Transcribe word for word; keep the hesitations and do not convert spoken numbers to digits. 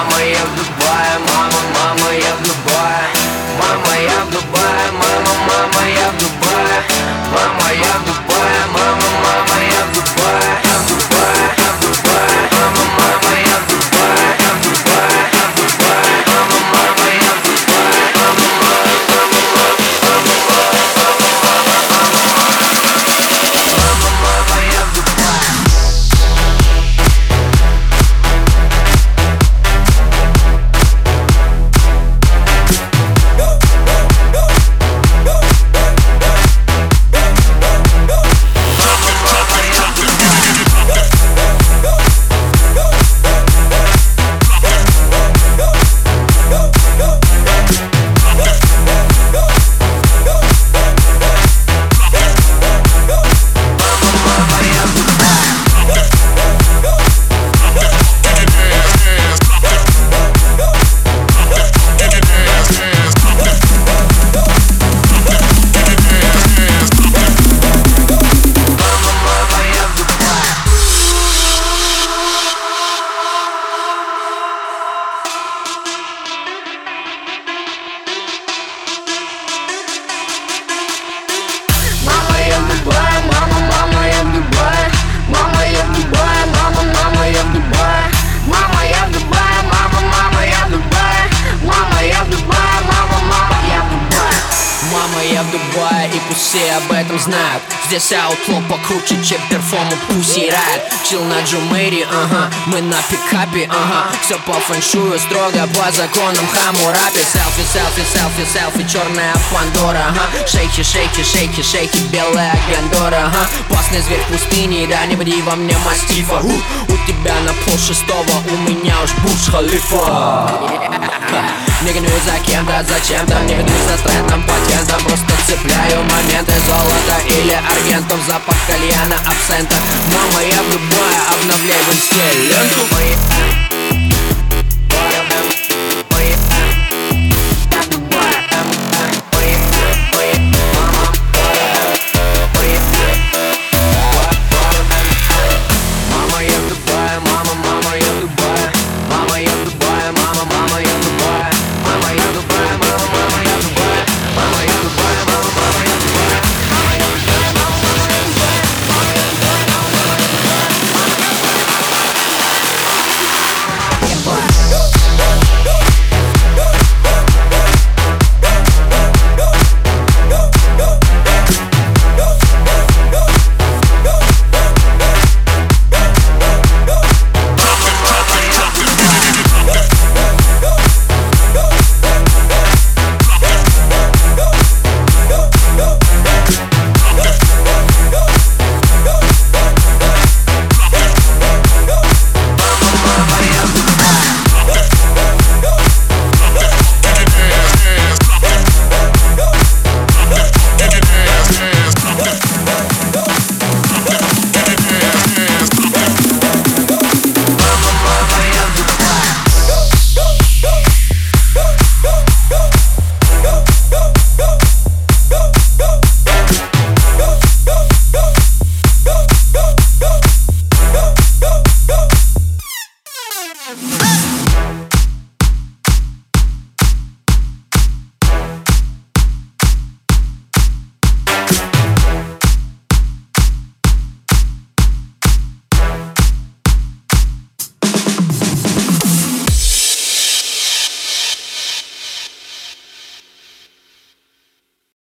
Мама, я в Дубае, мама, мама, я в Дубае. Мама, я в Дубае, мама, мама, я в Дубае. Мама, я в Дубае, мама, мама, я в Дубае. Я в Дубае, я в Дубае, мама, мама, я в Дубае. Я в Дубае, я в Дубае, мама, мама, я в Дубае. Мама, мама, мама, мама, мама, мама, я в Дубае. Я в Дубае, и пусть все об этом знают. Здесь аутло покруче, чем перформу Pussy Riot. Чил на Джумэри, ага, мы на пикапе, ага. Все по фэншую, строго по законам Хаммурапи. Селфи, селфи, селфи, селфи, черная Пандора, ага. Шейки, шейки, шейки, шейки, белая Гандора, ага. Опасный зверь пустыни, да не бди во мне мастифа. У, у тебя на пол шестого, у меня уж Бурдж Халифа. Не гонюсь за кем-то, зачем-то, не ведусь за трендом, патентом. Просто цепляю моменты, золота или аргентов. Запах кальяна, абсента. Мама, я в Дубае, обновляй в инсте ленту.